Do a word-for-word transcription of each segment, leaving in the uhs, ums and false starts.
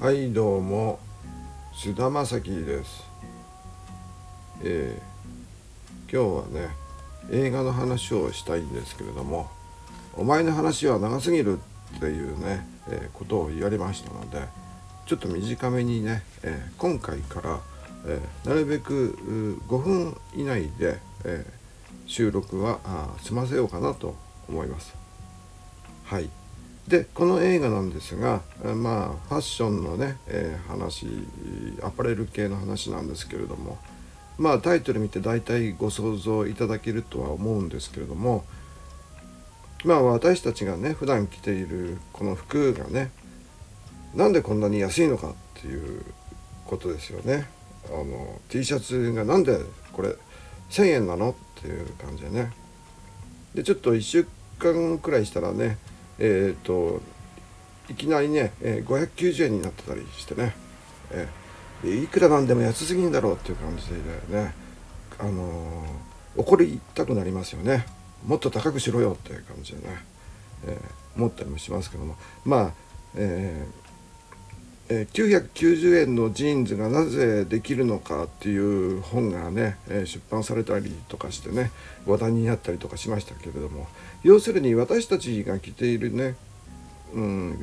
はいどうも、菅田将暉です。えー、今日はね映画の話をしたいんですけれども、お前の話は長すぎるっていうね、えー、ことを言われましたので、ちょっと短めにね、えー、今回から、えー、なるべくごふん以内で、えー、収録は済ませようかなと思います。はい。でこの映画なんですが、まあファッションのね、えー、話、アパレル系の話なんですけれども、まあタイトル見て大体ご想像いただけるとは思うんですけれども、まあ私たちがね普段着ているこの服がね、なんでこんなに安いのかっていうことですよね。あの T シャツがなんでこれせんえんなのっていう感じでね。でちょっといっしゅうかんくらいしたらね、えっ、ー、といきなりね、えー、ごひゃくきゅうじゅうえんになってたりしてね、えー、いくらなんでも安すぎんだろうっていう感じでね、あのー、怒りたくなりますよね。もっと高くしろよっていう感じでね、えー、思ったりもしますけども、まあ、えーえー、きゅうひゃくきゅうじゅうえんのジーンズがなぜできるのかっていう本がね、えー、出版されたりとかしてね、話題になったりとかしましたけれども、要するに私たちが着ているね、うん、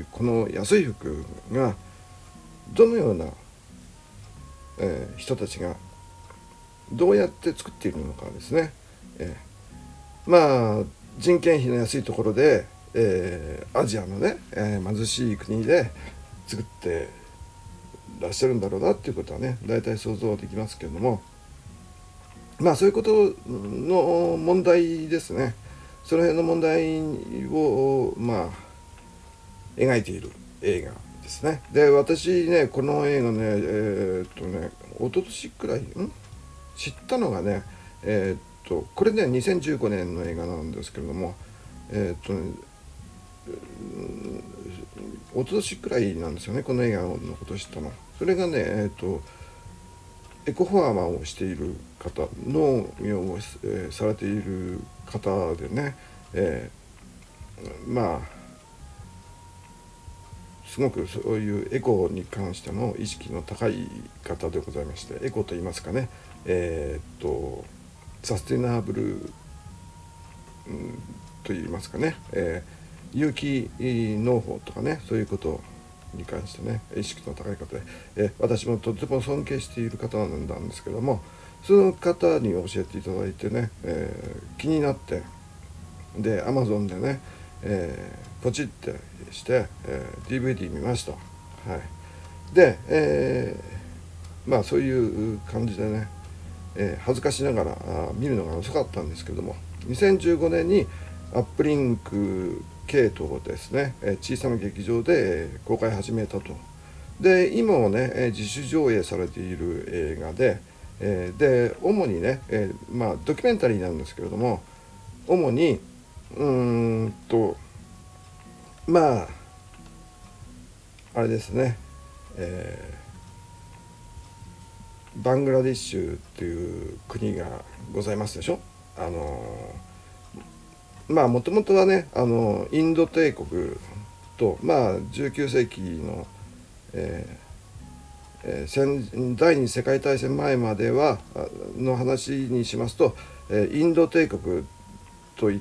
この安い服がどのような、えー、人たちがどうやって作っているのかですね、えー、まあ人件費の安いところで、えー、アジアのね、えー、貧しい国で作ってらっしゃるんだろうなっていうことはね大体想像できますけれども、まあそういうことの問題ですね。その辺の問題をまあ描いている映画ですね。で私ねこの映画ねえー、っとね一昨年くらいん知ったのがね、えー、っとこれねにせんじゅうごねんの映画なんですけれども、えー、っとね一昨年くらいなんですよね、この映画のことを知ったの。それがねえー、っとエコファーマーをしている方、農業を、えー、されている方でね、えー、まあすごくそういうエコに関しての意識の高い方でございまして、エコといいますかね、えー、っとサステナブル、うん、といいますかね、えー、有機農法とかね、そういうことに関してね意識の高い方で、えー、私もとても尊敬している方なんですけども、その方に教えていただいてね、えー、気になって、で アマゾン でね、えー、ポチってして、えー、ディーブイディー 見ました。はい。で、えー、まあそういう感じでね、えー、恥ずかしながら見るのが遅かったんですけども、にせんじゅうごねんにアップリンク系統ですね、えー、小さな劇場で公開始めたと。で今もね自主上映されている映画で、えー、で主にね、えー、まあドキュメンタリーなんですけれども、主にうーんとまああれですね、えー、バングラディッシュっていう国がございますでしょ。あのまあもともとはね、あのインド帝国と、まあじゅうきゅうせいきの、えーえー、第二次世界大戦前まではの話にしますと、えー、インド帝国といって、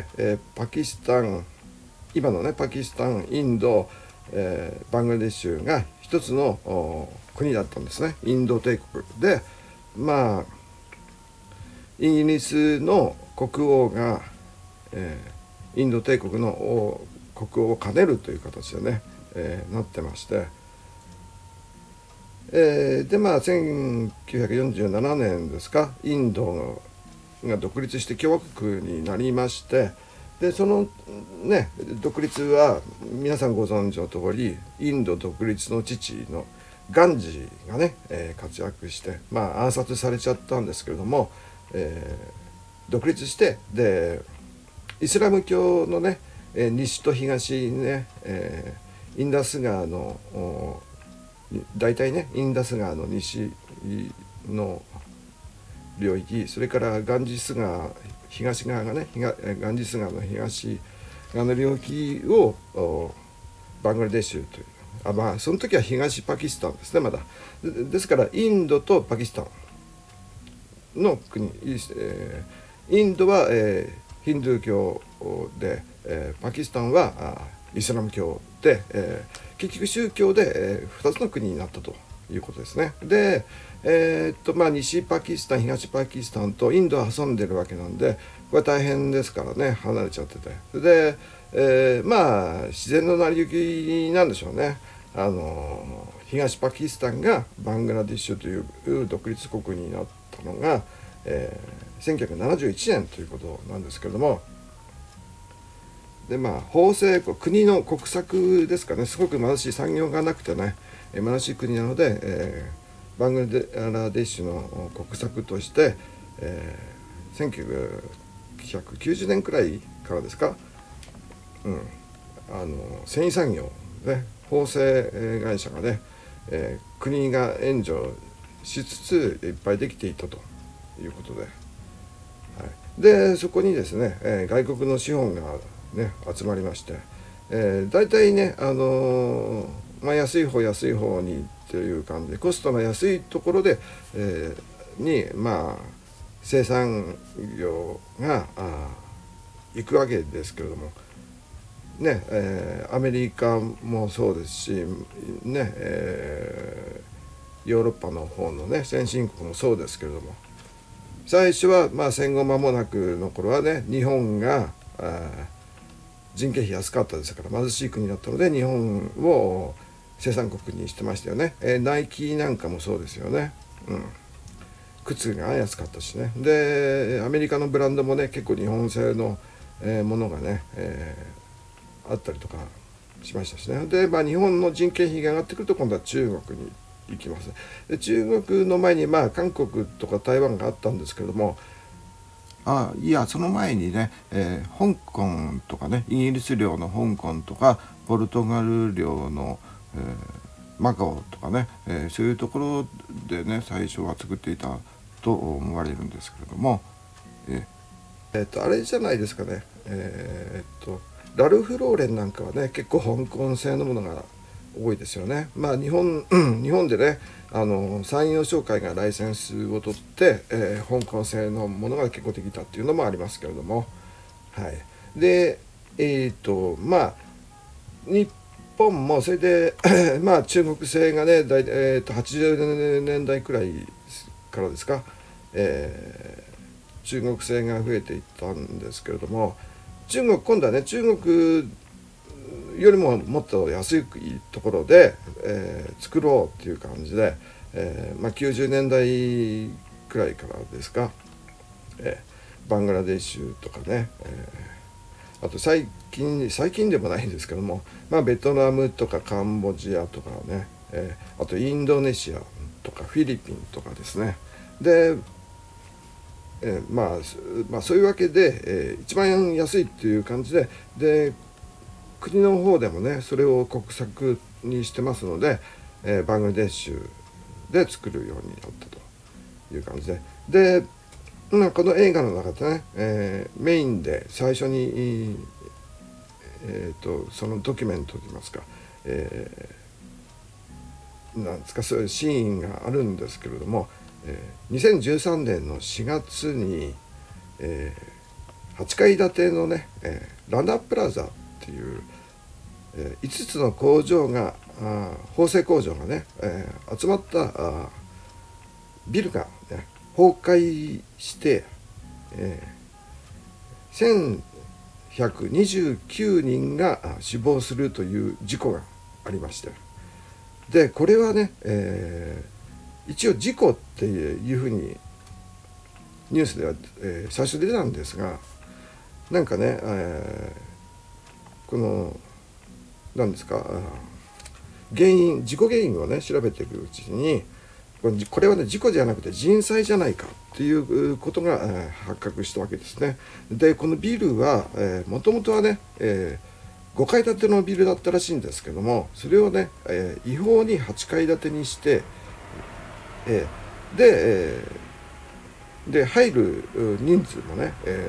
えー、パキスタン、今のねパキスタン、インド、えー、バングラデシュが一つの国だったんですね、インド帝国で。まあイギリスの国王が、えー、インド帝国の国王を兼ねるという形でね、えー、なってまして、えー、でまあせんきゅうひゃくよんじゅうななねんですか、インドが独立して共和国になりまして、でそのね独立は皆さんご存知の通り、インド独立の父のガンジーがね、えー、活躍して、まあ暗殺されちゃったんですけれども、えー、独立して、でイスラム教のね、えー、西と東にね、えー、インダス川の大体ねインダス川の西の領域、それからガンジス川東側がねガンジス川の東側の領域をバングラデシュというあまあその時は東パキスタンですねまだ。でですからインドとパキスタンの国、えー、インドは、えー、ヒンドゥー教で、えー、パキスタンはあイスラム教で、えー、結局宗教で、えー、ふたつの国になったということですね。で、えーっとまあ、西パキスタン東パキスタンとインドは挟んでるわけなんでこれ大変ですからね離れちゃっててで、えー、まあ自然の成り行きなんでしょうね。あの東パキスタンがバングラディッシュという独立国になったのが、えー、せんきゅうひゃくななじゅういちねんということなんですけれどもでまあ法制国の国策ですかね。すごく貧しい産業がなくてね貧しい国なので、えー、バングラディッシュの国策として、えー、せんきゅうひゃくきゅうじゅうねんくらいからですか、うん、あの繊維産業ね縫製会社がね、えー、国が援助しつついっぱいできていたということで、はい、でそこにですね、えー、外国の資本が、ね、集まりまして、えー、大体ね、あのーまあ、安い方安い方にという感じでコストの安いところで、えー、にまあ生産業があ行くわけですけれどもね、えー、アメリカもそうですしね、えー、ヨーロッパの方のね先進国もそうですけれども最初はまあ戦後間もなくの頃はね日本が人件費安かったですから貧しい国だったので日本を生産国にしてましたよね。えー、ナイキなんかもそうですよね。うん、靴が安かったしね。でアメリカのブランドもね結構日本製の、えー、ものがね、えー、あったりとかしましたしね。で、まあ、日本の人件費が上がってくると今度は中国に行きます。で中国の前にまあ韓国とか台湾があったんですけれどもあいやその前にね、えー、香港とかねイギリス領の香港とかポルトガル領の、えー、マカオとかね、えー、そういうところでね最初は作っていたと思われるんですけれども、えーえー、とあれじゃないですかね、えー、とラルフローレンなんかはね結構香港製のものが多いですよね。まあ日本日本でねあの産業商会がライセンスを取って、えー、香港製のものが結構できたっていうのもありますけれども、はい、でえっ、ー、とまあ日本もそれでまあ中国製がねだい、えー、とはちじゅうねんだいくらいからですか、えー、中国製が増えていったんですけれども中国今度はね中国よりももっと安いところで、えー、作ろうっていう感じで、えーまあ、きゅうじゅうねんだいくらいからですか、えー、バングラデシュとかね、えー、あと最近最近でもないんですけども、まあ、ベトナムとかカンボジアとかね、えー、あとインドネシアとかフィリピンとかですねで、えーまあ、まあそういうわけで、えー、一番安いっていう感じでで国の方でもねそれを国策にしてますので、えー、バングラデシュで作るようになったという感じでで、まあ、この映画の中でね、えー、メインで最初に、えー、とそのドキュメントといいますか、えー、なんですかそういうシーンがあるんですけれども、えー、にせんじゅうさんねんのしがつに、えー、はちかい建てのね、えー、ラナプラザっていういつつの工場があ縫製工場がね、えー、集まったあビルが、ね、崩壊して、えー、せんひゃくにじゅうきゅうにんが死亡するという事故がありましてでこれはね、えー、一応事故っていうふうにニュースでは、えー、最初出たんですがなんかね、えー、このなんですか原因自己原因をね調べていくうちにこれはね事故じゃなくて人災じゃないかっていうことが、えー、発覚したわけですね。でこのビルはもともとはね、えー、ごかい建てのビルだったらしいんですけどもそれをね、えー、違法にはちかい建てにして、えー、で、えー、で入る人数もね、えー、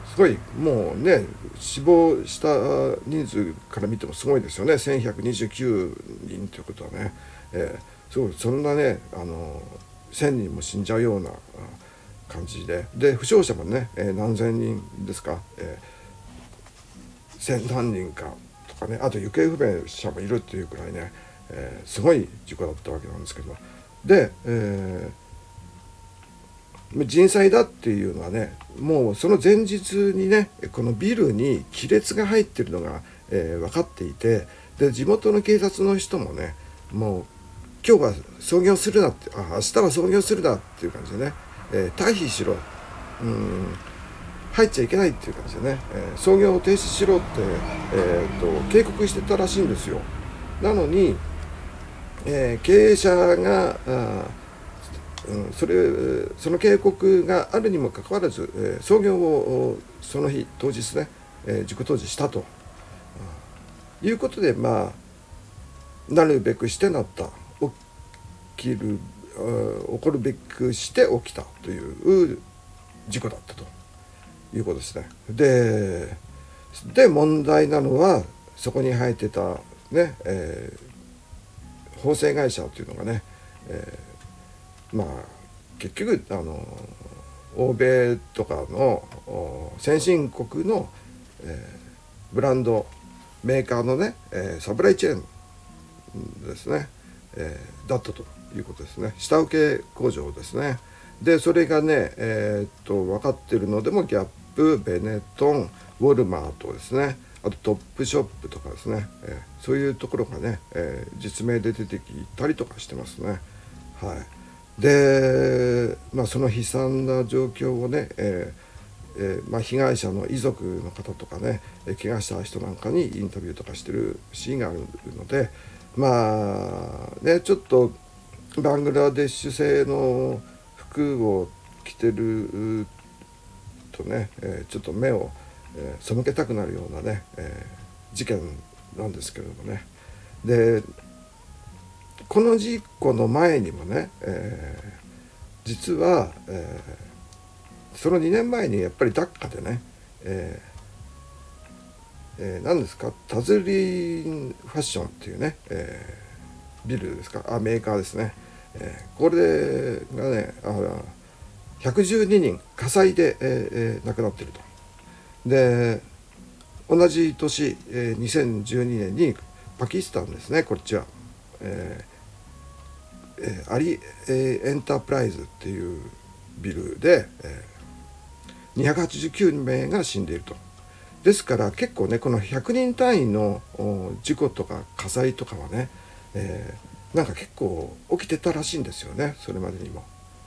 すごいもうね、死亡した人数から見てもすごいですよね。せんひゃくにじゅうきゅうにんということはね、えー、すごいそんなね、あのせんにんも死んじゃうような感じで、で負傷者もね、えー、何千人ですか、えー、千何人かとかね、あと行方不明者もいるっていうくらいね、えー、すごい事故だったわけなんですけど、で、えー人災だっていうのはね、もうその前日にね、このビルに亀裂が入ってるのが、えー、分かっていて、で地元の警察の人もね、もう今日は操業するなって、あ明日は操業するなっていう感じでね、えー、退避しろ、うん入っちゃいけないっていう感じでね、えー、操業を停止しろって、えー、と警告してたらしいんですよ。なのに、えー、経営者があうん、それその警告があるにもかかわらず、えー、操業をその日当日ね、えー、事故当時したと、うん、いうことで、まあなるべくしてなった起きる起こるべくして起きたという事故だったということですね。でで問題なのはそこに入ってたね、えー、縫製会社というのがね、えーまあ結局あの欧米とかの先進国の、えー、ブランドメーカーのね、えー、サプライチェーンですね、えー、だったということですね。下請け工場ですね。でそれがね、えー、っと分かってるのでもギャップ、ベネトン、ウォルマートですね、あとトップショップとかですね、えー、そういうところがね、えー、実名で出てきたりとかしてますね。はい。で、まあ、その悲惨な状況をね、えーえーまあ、被害者の遺族の方とかね、怪我した人なんかにインタビューとかしてるシーンがあるので、まあね、ちょっとバングラデシュ製の服を着てるとね、えー、ちょっと目を、えー、背けたくなるようなね、えー、事件なんですけれどもね。でこの事故の前にもね、えー、実は、えー、そのにねんまえにやっぱりダッカでね、えーえー、何ですかタズリンファッションっていうね、えー、ビルですかあメーカーですね、えー、これがねあひゃくじゅうににん火災で、えー、亡くなっていると。で同じ年、えー、にせんじゅうにねんにパキスタンですねこっちは、えーえー、アリ、えー、エンタープライズっていうビルで、えー、にひゃくはちじゅうきゅうめいが死んでいると。ですから結構ねこのひゃくにん単位の事故とか火災とかはね、えー、なんか結構起きてたらしいんですよねそれまでにも。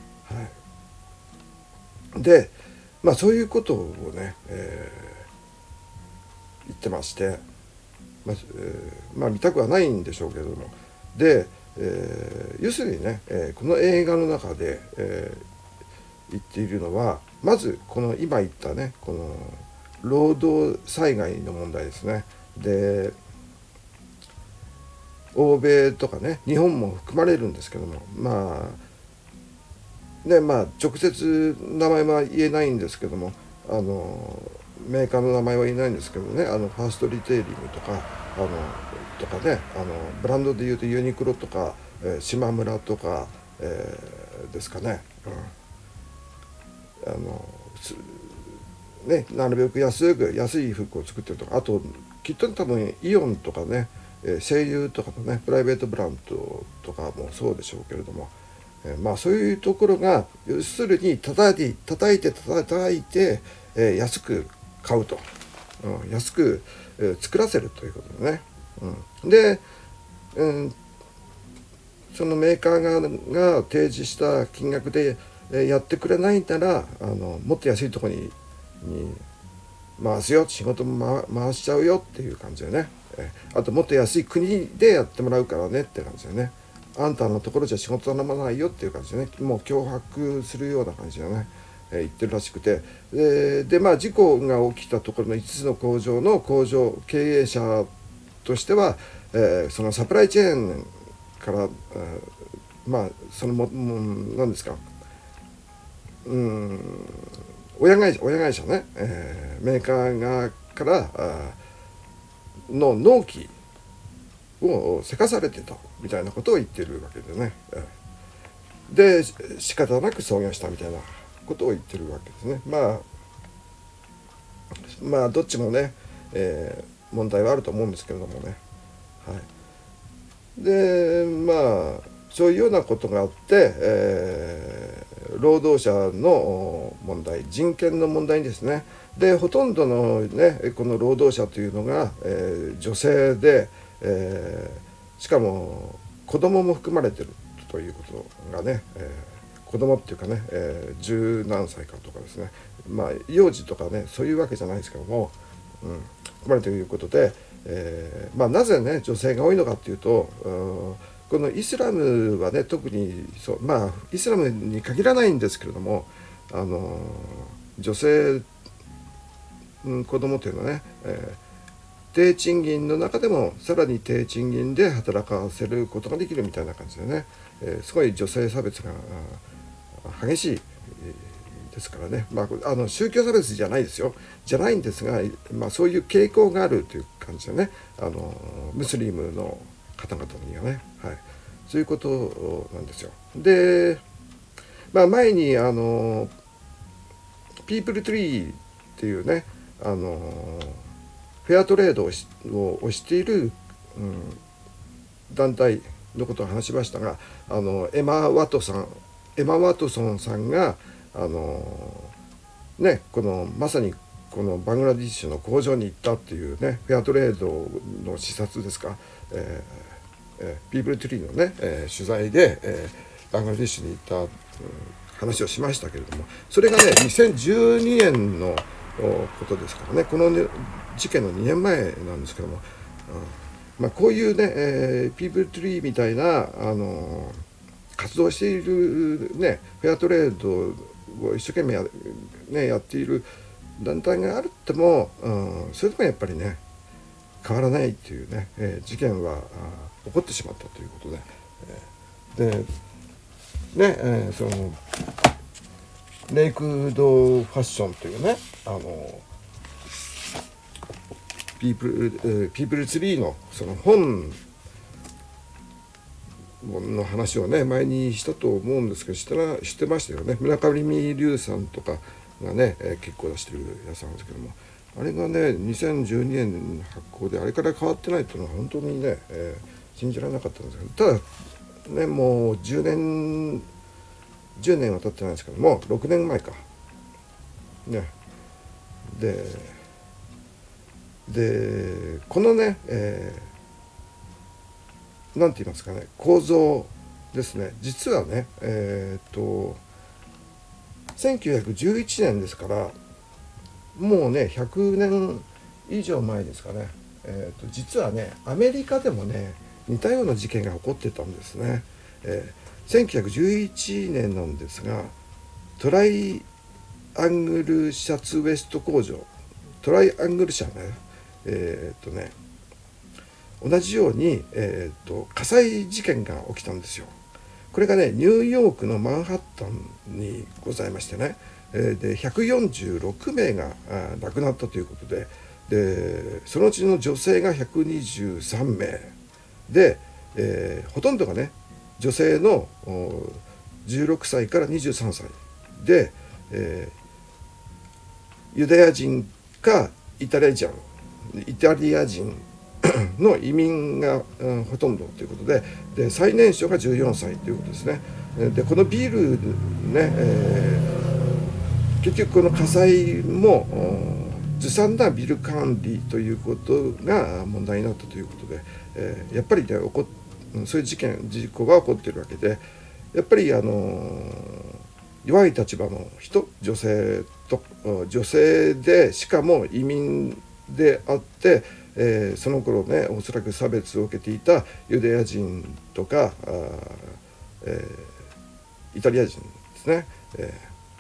はい、でまあそういうことをね、えー、言ってまして、まあえー、まあ見たくはないんでしょうけれども、でえー、要するにね、えー、この映画の中で、えー、言っているのはまずこの今言ったねこの労働災害の問題ですね。で欧米とかね日本も含まれるんですけども、まあねまあ直接名前は言えないんですけども、あのメーカーの名前は言えないんですけどね、あのファーストリテイリングとかあのとかね、あのブランドでいうとユニクロとか、えー、島村とか、えー、ですかね、うん、あのねなるべく安く安い服を作ってるとか、あときっと多分イオンとかね、えー、声優とかのねプライベートブランドとかもそうでしょうけれども、えー、まあそういうところが要するに叩いて叩いて叩いて、えー、安く買うと、うん、安く、えー、作らせるということでね。うん、で、うん、そのメーカーがが提示した金額でやってくれないならあのもっと安いところにに回すよ仕事も回しちゃうよっていう感じでね、えあともっと安い国でやってもらうからねって感じでね、あんたのところじゃ仕事頼まないよっていう感じでね、もう脅迫するような感じでね、え言ってるらしくて、で, でまあ事故が起きたところのいつつの工場の工場経営者としては、えー、そのサプライチェーンから、えー、まあそのもも何ですか、うん親会社親会社ね、えー、メーカー側からあの納期をせかされてたみたいなことを言ってるわけでね、で仕方なく創業したみたいなことを言ってるわけですね。まあまあどっちもね、えー、問題はあると思うんですけれどもね、はい、でまあそういうようなことがあって、えー、労働者の問題、人権の問題ですね。でほとんどのねこの労働者というのが、えー、女性で、えー、しかも子供も含まれてるということがね、えー、子供っていうかね、えー、十何歳かとかですね、まあ幼児とかねそういうわけじゃないですけども、うん、含まれているということで、えーまあ、なぜね女性が多いのかっていうと、このイスラムはね特にそう、まあイスラムに限らないんですけれども、あの女性、うん、子供というのはね、えー、低賃金の中でもさらに低賃金で働かせることができるみたいな感じでね、えー、すごい女性差別が激しい、えー、ですからね、まあ、あの宗教差別じゃないですよじゃないんですが、まあ、そういう傾向があるという感じでね、あのムスリムの方々にはね、はい、そういうことなんですよ。で、まあ、前にあのピープルトゥリーっていうね、あのフェアトレードをしを推している、うん、団体のことを話しましたが、あのエマ・ワトさんエマ・ワトソンさんがあのねこのまさにこのバングラディッシュの工場に行ったっていうね、フェアトレードの視察ですか、えーえー、ピープルトゥリーのね、えー、取材で、えー、バングラディッシュに行った、うん、話をしましたけれども、それがねにせんじゅうにねんのことですからね、この、ね、事件のにねんまえなんですけども、うんまあ、こういうね、えー、ピープルトゥリーみたいな、あのー、活動している、ね、フェアトレードを一生懸命 や,、ね、やっている団体があるっても、うん、それでもやっぱりね変わらないっていうね、えー、事件は起こってしまったということで、えー、でね、えー、そのレイクドファッションというね、あのピープル、えー、ピープルツリーのその本の話をね前にしたと思うんですけど、知ってな知ってましたよね。村上龍さんとかがね、えー、結構出してるやつなんですけども、あれがねにせんじゅうにねんの発行であれから変わってないっていうのは本当にね、えー、信じられなかったんですけど、ただねもうじゅうねんじゅうねんは経ってないですけどもろくねんまえかね、ででこのね、えー、なんて言いますかね、構造ですね、実はねえー、っとせんきゅうひゃくじゅういちねんですから、もうねひゃくねん以上前ですかね、えー、と実はねアメリカでもね似たような事件が起こってたんですね。えー、せんきゅうひゃくじゅういちねんなんですが、トライアングルシャツウエスト工場、トライアングル社ね、えー、っとね同じように、えー、と火災事件が起きたんですよ。これがねニューヨークのマンハッタンにございましてね、えー、でひゃくよんじゅうろくめいが亡くなったということで、でそのうちの女性がひゃくにじゅうさんめいで、えー、ほとんどがね女性のじゅうろくさいからにじゅうさんさいで、えー、ユダヤ人かイタリア人イタリア人の移民が、うん、ほとんどということで、で最年少がじゅうよんさいということですね。でこのビールね、えー、結局この火災もずさんなビル管理ということが問題になったということで、えー、やっぱりね起こそういう事件事故が起こっているわけで、やっぱりあの弱い立場の人、女性と女性でしかも移民であって、えー、その頃ねおそらく差別を受けていたユダヤ人とかあ、えー、イタリア人ですね、え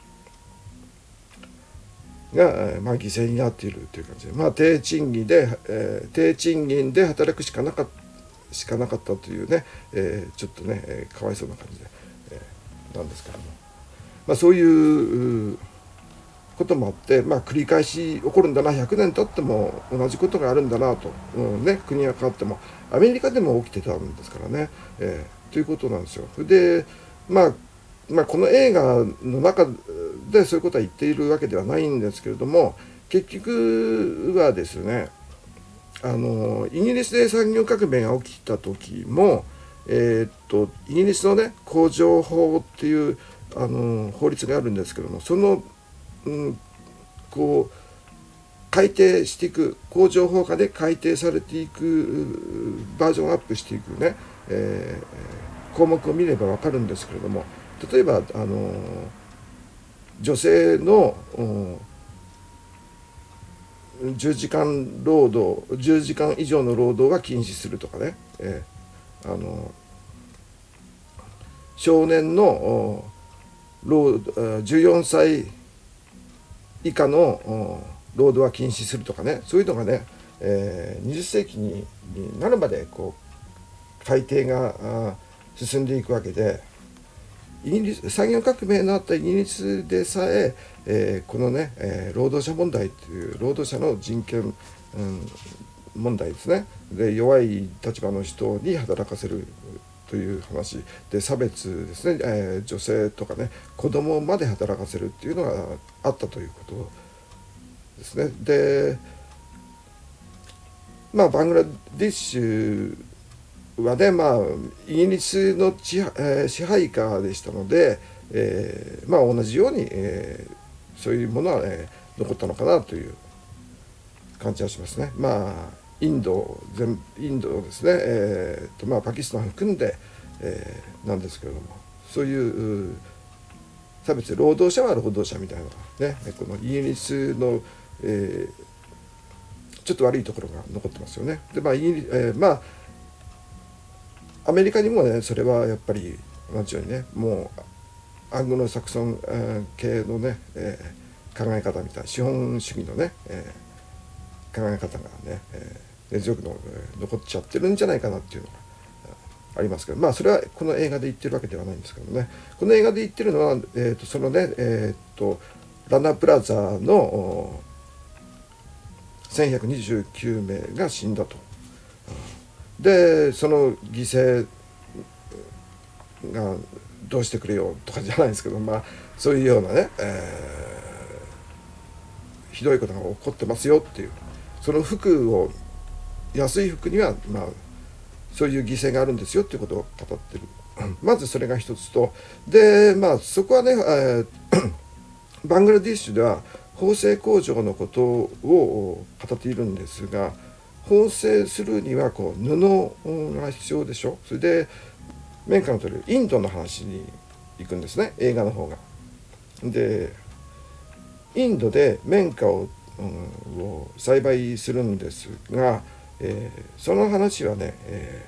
ー、が、まあ、犠牲になっているという感じで、まあ、低賃金で、えー、低賃金で働くしかなかったしかなかったというね、えー、ちょっとね、えー、かわいそうな感じで、えー、なんですけども、まあ、そういうこともあって、まあ、繰り返し起こるんだな、ひゃくねん経っても同じことがあるんだなと、うんね、国が変わってもアメリカでも起きてたんですからね、えー、ということなんですよ。で、まあまあ、この映画の中でそういうことは言っているわけではないんですけれども、結局はですね、あのイギリスで産業革命が起きた時も、えー、っとイギリスのね工場法っていうあの法律があるんですけども、その、うん、こう改定していく工場法下で改定されていくバージョンアップしていくね、えー、項目を見れば分かるんですけれども、例えばあの女性のじゅうじかん労働じゅうじかん以上の労働は禁止するとかね、えー、あの少年のじゅうよんさい以下の労働は禁止するとかね、そういうのがね、えー、にじゅっせいきになるまでこう改定が進んでいくわけで、イギリス産業革命のあったイギリスでさええー、このね、えー、労働者問題という労働者の人権、うん、問題ですね、で弱い立場の人に働かせるという話で、差別ですね、えー、女性とかね子供まで働かせるっていうのがあったということですね。でまあバングラディッシュはね、まあ、イギリスの支、えー、支配下でしたので、えー、まあ同じように、えー、そういうものは、ね、残ったのかなという感じはしますね。まあインド全インドですね、えーとまあ、パキスタンを含んで、えー、なんですけれども、そういう差別、労働者は労働者みたいなね、このイギリスの、えー、ちょっと悪いところが残ってますよね。でまあイギリ、えー、まあアメリカにもねそれはやっぱり同じようにね、もうアングロサクソン系のね、えー、考え方みたいな資本主義のね、えー、考え方がね、えー、根強くの残っちゃってるんじゃないかなっていうのがありますけど、まあそれはこの映画で言ってるわけではないんですけどね。この映画で言ってるのは、えー、とそのね、えー、とラナプラザのせんひゃくにじゅうきゅうめいが死んだと。でその犠牲がどうしてくれよとかじゃないですけど、まあそういうようなね、えー、ひどいことが起こってますよっていう、その服を安い服にはまあそういう犠牲があるんですよっていうことを語ってる。まずそれが一つと、でまあそこはね、えー、バングラディッシュでは縫製工場のことを語っているんですが、縫製するにはこう布が必要でしょ。それで綿花の取れるインドの話に行くんですね、映画の方が。でインドで綿花を、うん、を栽培するんですが、えー、その話はね、え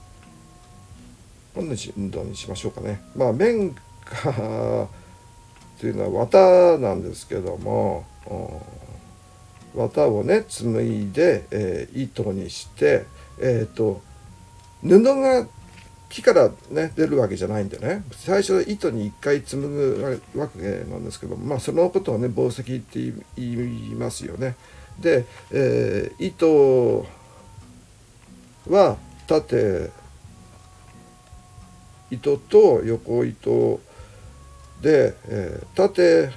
ー、今度にしましょうかね。まあ綿花というのは綿なんですけども、綿をね紡いで、えー、糸にして、えーと、布が木からね出るわけじゃないんでね、最初糸に一回紡ぐわけなんですけど、まあそのことをね紡績って言いますよね。で、えー、糸は縦糸と横糸で、えー、縦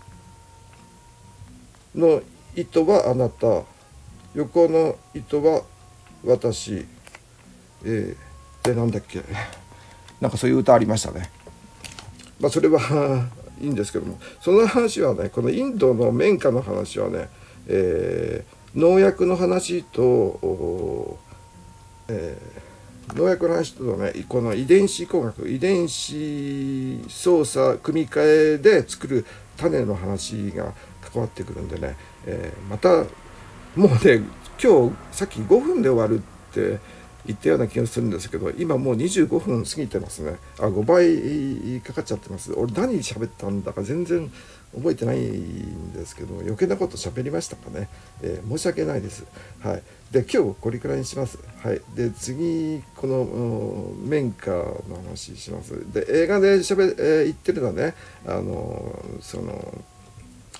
の糸はあなた、横の糸は私、えー、でなんだっけ、なんかそういう歌ありましたね。まあそれはいいんですけども、その話はね、このインドの綿花の話はね、えー、農薬の話と、えー、農薬の話とね、この遺伝子工学、遺伝子操作組み換えで作る種の話が関わってくるんでね、えー、またもうね今日さっきごふんで終わるって言ったような気がするんですけど、今もうにじゅうごふん過ぎてますね。あ、ごばいかかっちゃってます。俺何喋ったんだか全然覚えてないんですけど、余計なこと喋りましたかね、えー、申し訳ないです。はい。で今日これくらいにします。はい。で次この綿花の話します。で映画で喋、えー、言ってるのはね、あのその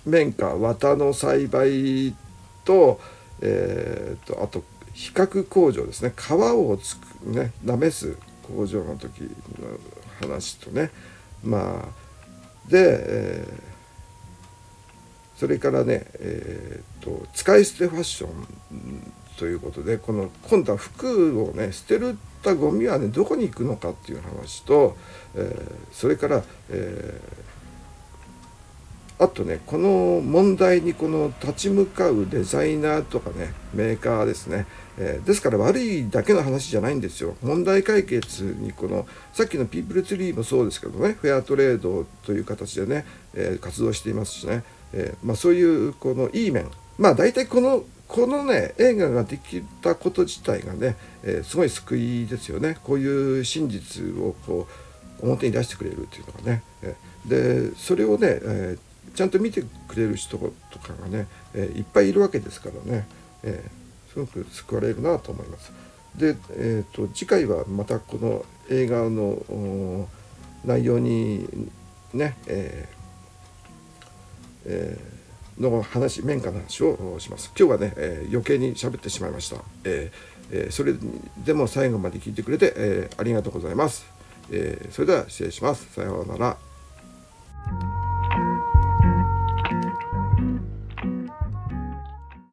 綿花綿の栽培と、えー、とあと皮革工場ですね、皮をつくねなめす工場の時の話とね、まあで、えー、それからね、えー、と使い捨てファッションということで、この今度は服をね捨てるったゴミはねどこに行くのかっていう話と、えー、それから、えー、あとねこの問題にこの立ち向かうデザイナーとかねメーカーですね、えー、ですから悪いだけの話じゃないんですよ。問題解決にこのさっきのピープルツリーもそうですけどね、フェアトレードという形でね、えー、活動していますしね、えーまあ、そういうこのいい面、まあ大体このこのね映画ができたこと自体がね、えー、すごい救いですよね。こういう真実をこう表に出してくれるっていうのがね、えー、でそれをね、えー、ちゃんと見てくれる人とかがね、えー、いっぱいいるわけですからね、えー、すごく救われるなと思います。で、えー、と次回はまたこの映画の内容にね、えーえーの話、綿花の話をします。今日はね、えー、余計に喋ってしまいました。えーえー、それでも最後まで聞いてくれて、えー、ありがとうございます。えー、それでは失礼します。さようなら。